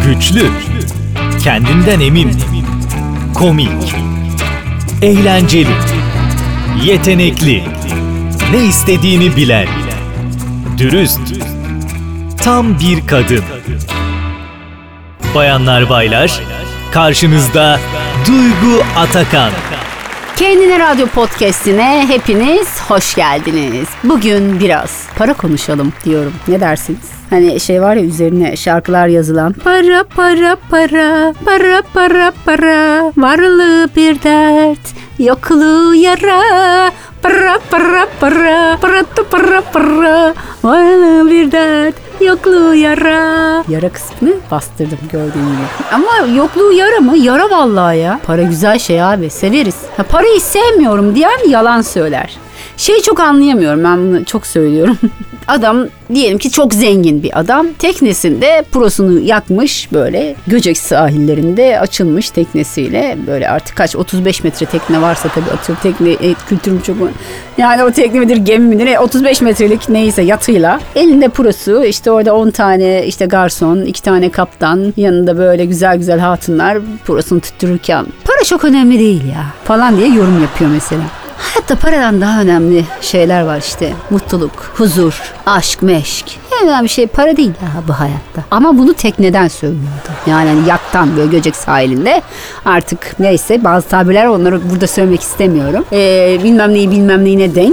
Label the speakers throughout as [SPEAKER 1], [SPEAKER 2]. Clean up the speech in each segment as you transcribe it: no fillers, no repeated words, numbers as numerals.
[SPEAKER 1] Güçlü, kendinden emin, komik, eğlenceli, yetenekli, ne istediğini bilen, dürüst, tam bir kadın. Bayanlar baylar, karşınızda Duygu Atakan.
[SPEAKER 2] Kendine Radyo Podcast'ine hepiniz hoş geldiniz. Bugün biraz para konuşalım diyorum. Ne dersiniz? Hani şey var ya, üzerine şarkılar yazılan para para para para para para, varlığı bir dert, yokluğu yara, para para para para para para, varlığı bir dert, yokluğu yara. Yara kısmını bastırdım gördüğün gibi. Ama yokluğu yara mı? Yara vallahi ya. Para güzel şey abi, severiz. Parayı sevmiyorum diyen yalan söyler. Şeyi çok anlayamıyorum, ben bunu çok söylüyorum. Adam diyelim ki çok zengin bir adam. Teknesinde prosunu yakmış, böyle Göcek sahillerinde açılmış teknesiyle, böyle artık kaç 35 metre tekne varsa tabii, atıyorum tekne kültürüm çok, yani o tekne midir gemi midir 35 metrelik neyse yatıyla elinde prosu, işte orada 10 tane işte garson, 2 tane kaptan, yanında böyle güzel güzel hatunlar prosunu tuttururken para çok önemli değil ya falan diye yorum yapıyor mesela. Hatta paradan daha önemli şeyler var işte. Mutluluk, huzur, aşk, meşk. En önemli şey para değil ya bu hayatta. Ama bunu tekneden söylüyordu. Yani hani yattan, böyle Göcek sahilinde, artık neyse bazı tabirler, onları burada söylemek istemiyorum. Bilmem neyine denk.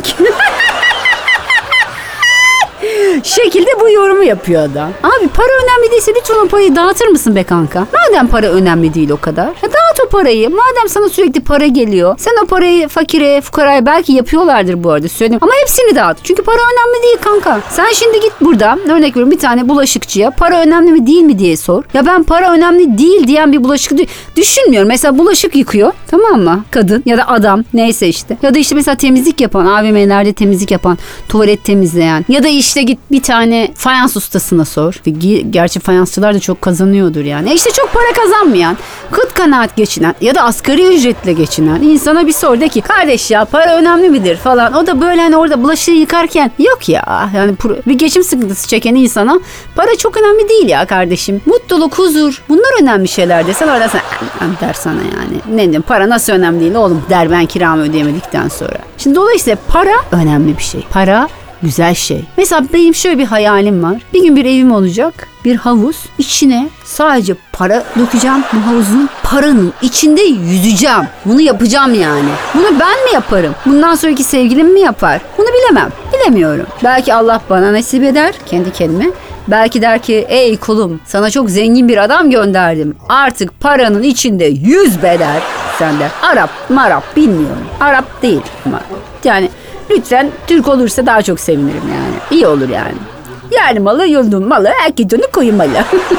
[SPEAKER 2] Şekilde bu yorumu yapıyor adam. Abi para önemli değilse lütfen o parayı dağıtır mısın be kanka? Madem para önemli değil o kadar. Dağıt o parayı. Madem sana sürekli para geliyor. Sen o parayı fakire, fukaraya, belki yapıyorlardır bu arada söyleyeyim. Ama hepsini dağıt. Çünkü para önemli değil kanka. Sen şimdi git burada, örnek veriyorum, bir tane bulaşıkçıya para önemli mi değil mi diye sor. Ya ben para önemli değil diyen bir bulaşıkçı düşünmüyorum. Mesela bulaşık yıkıyor, tamam mı? Kadın ya da adam, neyse işte. Ya da işte mesela temizlik yapan, AVM'lerde temizlik yapan, tuvalet temizleyen. Ya da işte git bir tane fayans ustasına sor. Gerçi fayansçılar da çok kazanıyordur yani. İşte çok para kazanmayan, kıt kanaat geçinen ya da asgari ücretle geçinen insana bir sor, de ki kardeş ya para önemli midir falan. O da böyle hani orada bulaşığı yıkarken yok ya, yani bir geçim sıkıntısı çeken insana para çok önemli değil ya kardeşim. Mutluluk, huzur, bunlar önemli şeyler desen, orada sen der sana yani. Ne diyeyim, para nasıl önemli değil oğlum der, ben kiramı ödeyemedikten sonra. Şimdi dolayısıyla para önemli bir şey. Para güzel şey. Mesela benim şöyle bir hayalim var. Bir gün bir evim olacak. Bir havuz. İçine sadece para dökeceğim. Bu havuzun, paranın içinde yüzeceğim. Bunu yapacağım yani. Bunu ben mi yaparım? Bundan sonraki sevgilim mi yapar? Bunu bilemem. Bilemiyorum. Belki Allah bana nasip eder. Kendi kendime. Belki der ki ey kulum, sana çok zengin bir adam gönderdim. Artık paranın içinde yüz beder. Sen de Arap marap bilmiyorum. Arap değil ama yani lütfen Türk olursa daha çok sevinirim yani. İyi olur yani. Yerli malı, yurdun malı, erkek koymalı.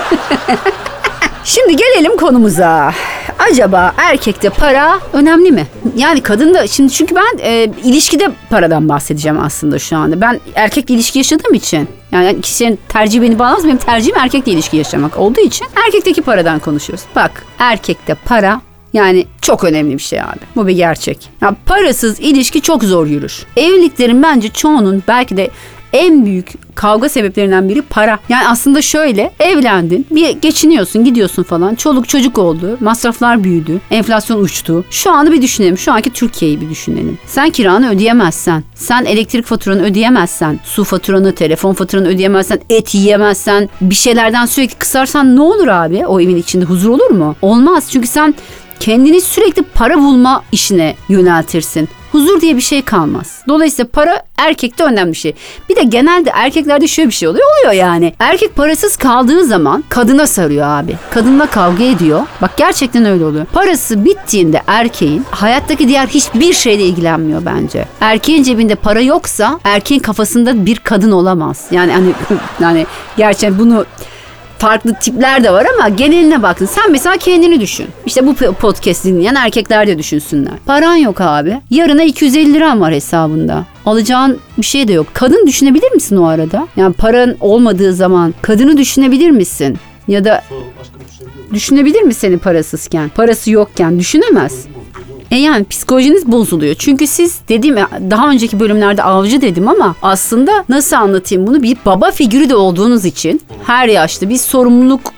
[SPEAKER 2] Şimdi gelelim konumuza. Acaba erkekte para önemli mi? Yani kadında, şimdi çünkü ben ilişkide paradan bahsedeceğim aslında şu anda. Ben erkekle ilişki yaşadığım için, yani kişinin tercihi beni bağlamaz, benim tercihim erkekle ilişki yaşamak olduğu için erkekteki paradan konuşuyoruz. Bak, erkekte para yani çok önemli bir şey abi. Bu bir gerçek. Ya parasız ilişki çok zor yürür. Evliliklerin bence çoğunun belki de en büyük kavga sebeplerinden biri para. Yani aslında şöyle, evlendin, bir geçiniyorsun, gidiyorsun falan. Çoluk çocuk oldu, masraflar büyüdü, enflasyon uçtu. Şu anı bir düşünelim, şu anki Türkiye'yi bir düşünelim. Sen kiranı ödeyemezsen, sen elektrik faturanı ödeyemezsen, su faturanı, telefon faturanı ödeyemezsen, et yiyemezsen, bir şeylerden sürekli kısarsan ne olur abi? O evin içinde huzur olur mu? Olmaz, çünkü sen kendini sürekli para bulma işine yöneltirsin. Huzur diye bir şey kalmaz. Dolayısıyla para erkekte önemli bir şey. Bir de genelde erkeklerde şöyle bir şey oluyor yani. Erkek parasız kaldığı zaman kadına sarıyor abi. Kadınla kavga ediyor. Bak gerçekten öyle oluyor. Parası bittiğinde erkeğin hayattaki diğer hiçbir şeyle ilgilenmiyor bence. Erkeğin cebinde para yoksa erkeğin kafasında bir kadın olamaz. Yani hani gerçekten bunu farklı tipler de var ama geneline bakın. Sen mesela kendini düşün. İşte bu podcast dinleyen erkekler de düşünsünler. Paran yok abi. Yarına 250 liran var hesabında. Alacağın bir şey de yok. Kadın düşünebilir misin o arada? Yani paran olmadığı zaman kadını düşünebilir misin? Ya da düşünebilir mi seni parasızken? Parası yokken düşünemez. Yani psikolojiniz bozuluyor. Çünkü siz, dediğim daha önceki bölümlerde avcı dedim ama aslında nasıl anlatayım bunu, bir baba figürü de olduğunuz için her yaşta bir sorumluluk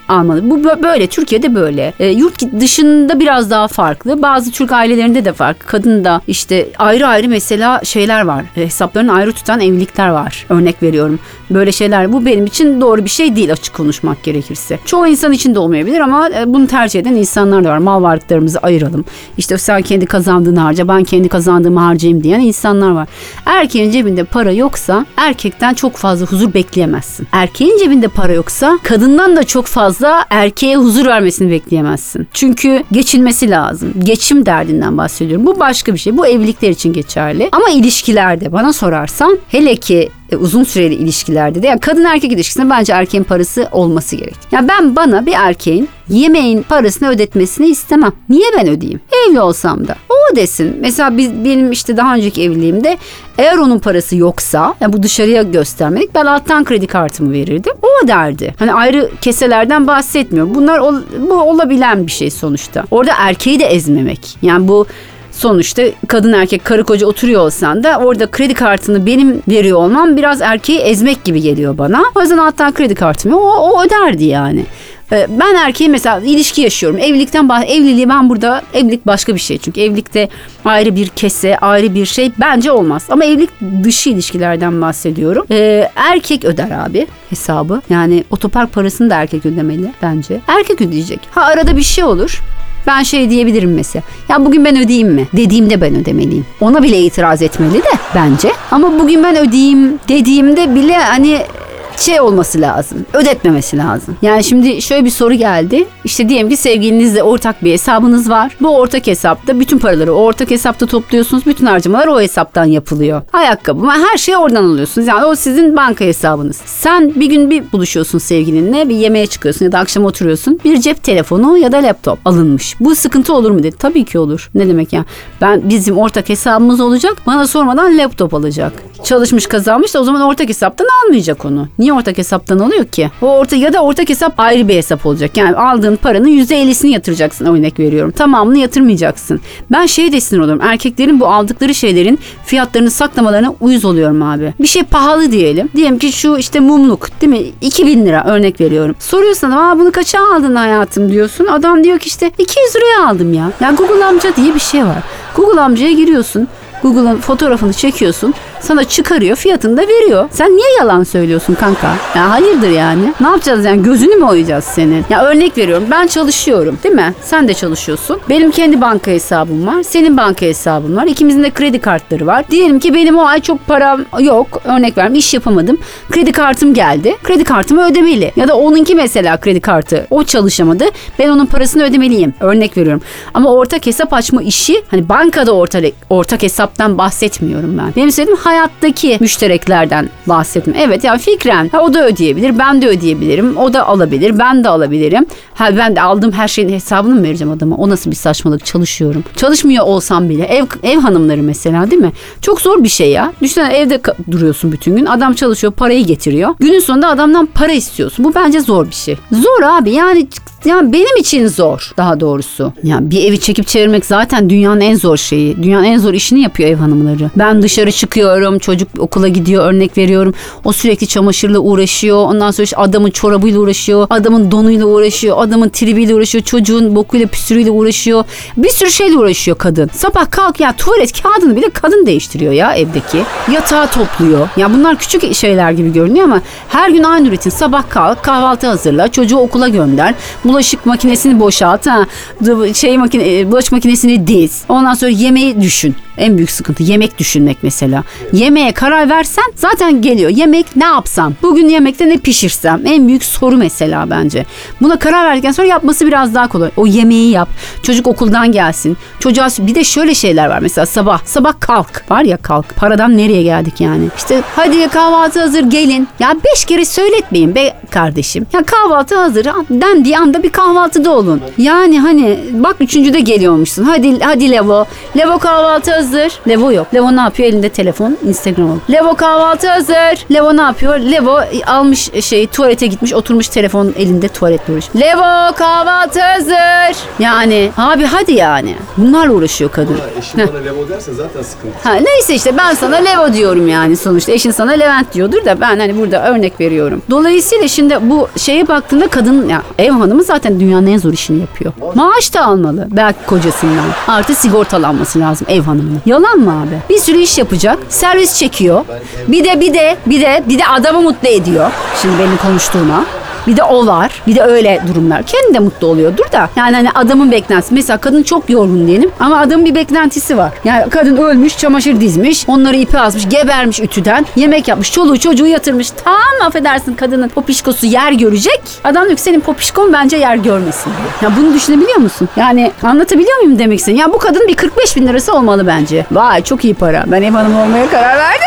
[SPEAKER 2] almalı. Bu böyle. Türkiye'de böyle. Yurt dışında biraz daha farklı. Bazı Türk ailelerinde de farklı. Kadın da işte ayrı ayrı mesela şeyler var. Hesaplarını ayrı tutan evlilikler var. Örnek veriyorum. Böyle şeyler. Bu benim için doğru bir şey değil, açık konuşmak gerekirse. Çoğu insan için de olmayabilir ama bunu tercih eden insanlar da var. Mal varlıklarımızı ayıralım. İşte sen kendi kazandığını harca, ben kendi kazandığımı harcayayım diyen insanlar var. Erkeğin cebinde para yoksa erkekten çok fazla huzur bekleyemezsin. Erkeğin cebinde para yoksa kadından da çok fazla erkeğe huzur vermesini bekleyemezsin. Çünkü geçinmesi lazım. Geçim derdinden bahsediyorum. Bu başka bir şey. Bu evlilikler için geçerli. Ama ilişkilerde bana sorarsan, hele ki uzun süreli ilişkilerde de, yani kadın erkek ilişkisinde bence erkeğin parası olması gerek. Yani bana bir erkeğin yemeğin parasını ödetmesini istemem. Niye ben ödeyeyim? Evli olsam da. O desin. Mesela benim işte daha önceki evliliğimde eğer onun parası yoksa, yani bu dışarıya göstermedik, ben alttan kredi kartımı verirdim. O derdi. Hani ayrı keselerden bahsetmiyorum. Bu olabilen bir şey sonuçta. Orada erkeği de ezmemek. Yani bu sonuçta kadın erkek karı koca oturuyor olsan da orada kredi kartını benim veriyor olmam biraz erkeği ezmek gibi geliyor bana. O yüzden alttan kredi kartımı o öderdi yani. Ben erkeği mesela ilişki yaşıyorum. Evliliği ben burada, evlilik başka bir şey. Çünkü evlilikte ayrı bir kese, ayrı bir şey bence olmaz. Ama evlilik dışı ilişkilerden bahsediyorum. Erkek öder abi hesabı. Yani otopark parasını da erkek ödemeli bence. Erkek ödeyecek. Arada bir şey olur. Ben diyebilirim mesela. Ya bugün ben ödeyeyim mi? Dediğimde ben ödemeliyim. Ona bile itiraz etmeli de bence. Ama bugün ben ödeyeyim dediğimde bile hani olması lazım. Ödetmemesi lazım. Yani şimdi şöyle bir soru geldi. İşte diyelim ki sevgilinizle ortak bir hesabınız var. Bu ortak hesapta bütün paraları o ortak hesapta topluyorsunuz. Bütün harcamalar o hesaptan yapılıyor. Ayakkabı, her şeyi oradan alıyorsunuz. Yani o sizin banka hesabınız. Sen bir gün bir buluşuyorsun sevgilinle, bir yemeğe çıkıyorsun ya da akşam oturuyorsun. Bir cep telefonu ya da laptop alınmış. Bu sıkıntı olur mu dedi. Tabii ki olur. Ne demek ya? Bizim ortak hesabımız olacak. Bana sormadan laptop alacak. Çalışmış kazanmış da o zaman ortak hesaptan almayacak onu. Niye ortak hesaptan alıyor ki? Ortak hesap ayrı bir hesap olacak. Yani aldığın paranın %50'sini yatıracaksın, örnek veriyorum. Tamamını yatırmayacaksın. Ben de sinir oluyorum. Erkeklerin bu aldıkları şeylerin fiyatlarını saklamalarına uyuz oluyorum abi. Bir şey pahalı diyelim. Diyelim ki şu işte mumluk değil mi? 2.000 lira örnek veriyorum. Soruyorsun bunu kaça aldın hayatım diyorsun. Adam diyor ki işte 200 liraya aldım ya. Ya Google amca diye bir şey var. Google amcaya giriyorsun. Google'ın fotoğrafını çekiyorsun. Sana çıkarıyor, fiyatını da veriyor. Sen niye yalan söylüyorsun kanka? Ya hayırdır yani? Ne yapacağız yani? Gözünü mü oyacağız senin? Ya örnek veriyorum. Ben çalışıyorum, değil mi? Sen de çalışıyorsun. Benim kendi banka hesabım var. Senin banka hesabın var. İkimizin de kredi kartları var. Diyelim ki benim o ay çok param yok. Örnek veriyorum. İş yapamadım. Kredi kartım geldi. Kredi kartımı ödemeli. Ya da onunki mesela kredi kartı. O çalışamadı. Ben onun parasını ödemeliyim. Örnek veriyorum. Ama ortak hesap açma işi, hani bankada ortak hesaptan bahsetmiyorum ben. Benim söylediğim hayattaki müştereklerden bahsettim. Evet ya fikren o da ödeyebilir, ben de ödeyebilirim, o da alabilir, ben de alabilirim. Ben de aldığım her şeyin hesabını mı vereceğim adama? O nasıl bir saçmalık? Çalışıyorum. Çalışmıyor olsam bile ev hanımları mesela, değil mi? Çok zor bir şey ya. Düşünsene evde duruyorsun bütün gün. Adam çalışıyor, parayı getiriyor. Günün sonunda adamdan para istiyorsun. Bu bence zor bir şey. Zor abi yani benim için zor daha doğrusu. Ya bir evi çekip çevirmek zaten dünyanın en zor şeyi. Dünyanın en zor işini yapıyor ev hanımları. Ben dışarı çıkıyorum, çocuk okula gidiyor, örnek veriyorum. O sürekli çamaşırla uğraşıyor. Ondan sonra işte adamın çorabıyla uğraşıyor. Adamın donuyla uğraşıyor. Adamın tribiyle uğraşıyor. Çocuğun bokuyla püsürüyle uğraşıyor. Bir sürü şeyle uğraşıyor kadın. Sabah kalk ya, tuvalet kağıdını bile kadın değiştiriyor ya evdeki. Yatağı topluyor. Ya bunlar küçük şeyler gibi görünüyor ama her gün aynı rutin. Sabah kalk, kahvaltı hazırla, çocuğu okula gönder. Bulaşık makinesini boşalt. Bulaşık makinesini diz. Ondan sonra yemeği düşün. En büyük sıkıntı yemek düşünmek mesela. Yemeğe karar versen zaten geliyor. Yemek ne yapsam? Bugün yemekte ne pişirsem? En büyük soru mesela bence. Buna karar verdikten sonra yapması biraz daha kolay. O yemeği yap. Çocuk okuldan gelsin. Çocuğa bir de şöyle şeyler var mesela sabah kalk. Var ya kalk. Paradan nereye geldik yani? İşte hadi kahvaltı hazır gelin. Ya 5 kere söyletmeyin be kardeşim. Ya kahvaltı hazır dendiği anda bir kahvaltıda olun. Yani hani bak 3. de geliyormuşsun. Hadi Levo. Levo kahvaltı hazır. hazır. Levo yok. Levo ne yapıyor? Elinde telefon, Instagram alıyor. Levo kahvaltı hazır. Levo ne yapıyor? Levo almış tuvalete gitmiş, oturmuş telefon elinde tuvaletle uğraşıyor. Levo kahvaltı hazır. Yani abi hadi yani. Bunlarla uğraşıyor kadın.
[SPEAKER 3] Eşim bana Levo derse zaten sıkıntı.
[SPEAKER 2] Neyse işte ben sana Levo diyorum yani sonuçta. Eşin sana Levent diyordur da ben hani burada örnek veriyorum. Dolayısıyla şimdi bu şeye baktığında kadın ya ev hanımı zaten dünyanın en zor işini yapıyor. Maaş da almalı belki kocasından. Artı sigortalanması lazım ev hanımının. Yalan mı abi? Bir sürü iş yapacak. Servis çekiyor. Bir de adamı mutlu ediyor. Şimdi benim konuştuğuma. Bir de o var. Bir de öyle durumlar. Kendi de mutlu oluyordur da. Yani hani adamın beklentisi. Mesela kadın çok yorgun diyelim ama adamın bir beklentisi var. Yani kadın ölmüş, çamaşır dizmiş, onları ipe asmış, gebermiş ütüden, yemek yapmış, çoluğu çocuğu yatırmış. Tam affedersin kadının popişkosu yer görecek. Adam diyor ki senin popişkon bence yer görmesin diyor. Ya bunu düşünebiliyor musun? Yani anlatabiliyor muyum demek istediğim? Ya bu kadın bir 45 bin lirası olmalı bence. Vay çok iyi para. Ben ev hanımı olmaya karar verdim.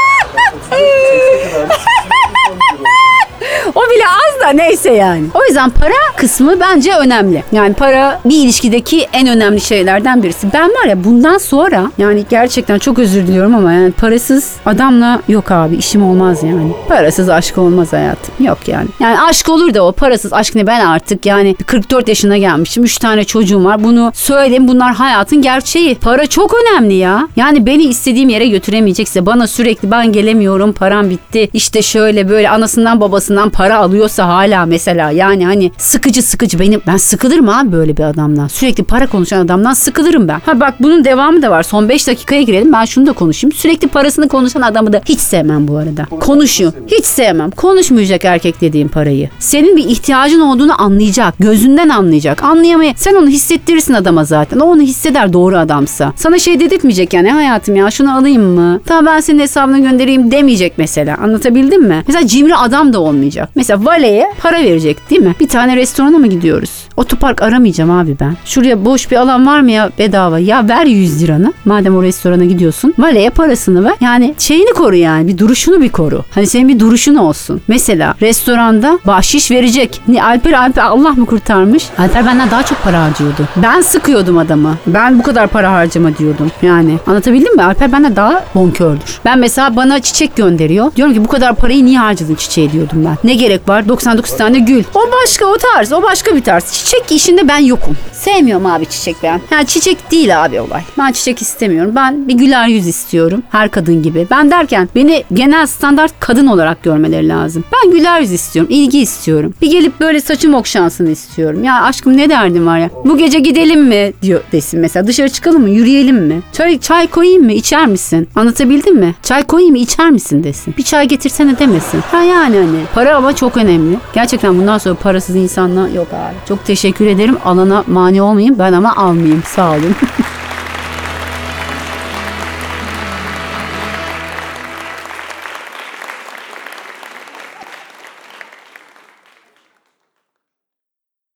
[SPEAKER 2] O bile az da neyse yani. O yüzden para kısmı bence önemli. Yani para bir ilişkideki en önemli şeylerden birisi. Ben var ya bundan sonra yani gerçekten çok özür diliyorum ama yani parasız adamla yok abi işim olmaz yani. Parasız aşk olmaz hayatım. Yok yani. Yani aşk olur da o parasız aşk ne ben artık yani 44 yaşına gelmişim. 3 tane çocuğum var. Bunu söyleyeyim bunlar hayatın gerçeği. Para çok önemli ya. Yani beni istediğim yere götüremeyecekse bana sürekli ben gelemiyorum param bitti. İşte şöyle böyle anasından babasından para alıyorsa hala mesela yani hani sıkıcı ben sıkılırım abi böyle bir adamdan. Sürekli para konuşan adamdan sıkılırım ben. Ha bak bunun devamı da var. Son 5 dakikaya girelim. Ben şunu da konuşayım. Sürekli parasını konuşan adamı da hiç sevmem bu arada. Konuşuyor. Hiç sevmem. Konuşmayacak erkek dediğim parayı. Senin bir ihtiyacın olduğunu anlayacak. Gözünden anlayacak. Anlayamaya. Sen onu hissettirirsin adama zaten. O onu hisseder doğru adamsa. Sana şey dedirtmeyecek yani hayatım ya şunu alayım mı? Tamam ben senin hesabına göndereyim demeyecek mesela. Anlatabildim mi? Mesela cimri adam da olmayacak. Mesela valeye para verecek değil mi? Bir tane restorana mı gidiyoruz? Otopark aramayacağım abi ben. Şuraya boş bir alan var mı ya bedava? Ya ver 100 liranı. Madem o restorana gidiyorsun. Valeye parasını ver. Yani şeyini koru yani. Bir duruşunu bir koru. Hani senin bir duruşun olsun. Mesela restoranda bahşiş verecek. Alper Allah mı kurtarmış? Alper benden daha çok para harcıyordu. Ben sıkıyordum adamı. Ben bu kadar para harcama diyordum. Yani anlatabildim mi? Alper benden daha bonkördür. Ben mesela bana çiçek gönderiyor. Diyorum ki bu kadar parayı niye harcadın çiçeğe diyordum ben. Ne gerek var? 99 tane gül. O başka o tarz. O başka bir tarz. Çiçek işinde ben yokum. Sevmiyorum abi çiçek ben. Yani çiçek değil abi olay. Ben çiçek istemiyorum. Ben bir güler yüz istiyorum. Her kadın gibi. Ben derken beni genel standart kadın olarak görmeleri lazım. Ben güler yüz istiyorum. İlgi istiyorum. Bir gelip böyle saçım okşansın istiyorum. Ya aşkım ne derdin var ya? Bu gece gidelim mi diyor desin mesela. Dışarı çıkalım mı? Yürüyelim mi? Çay koyayım mı? İçer misin? Anlatabildim mi? Çay koyayım mı? İçer misin desin. Bir çay getirsene demesin. Ha yani hani. Para ama çok önemli. Gerçekten bundan sonra parasız insanla yok abi. Çok teşekkür ederim. Alana mani olmayayım. Ben ama almayayım. Sağ olun.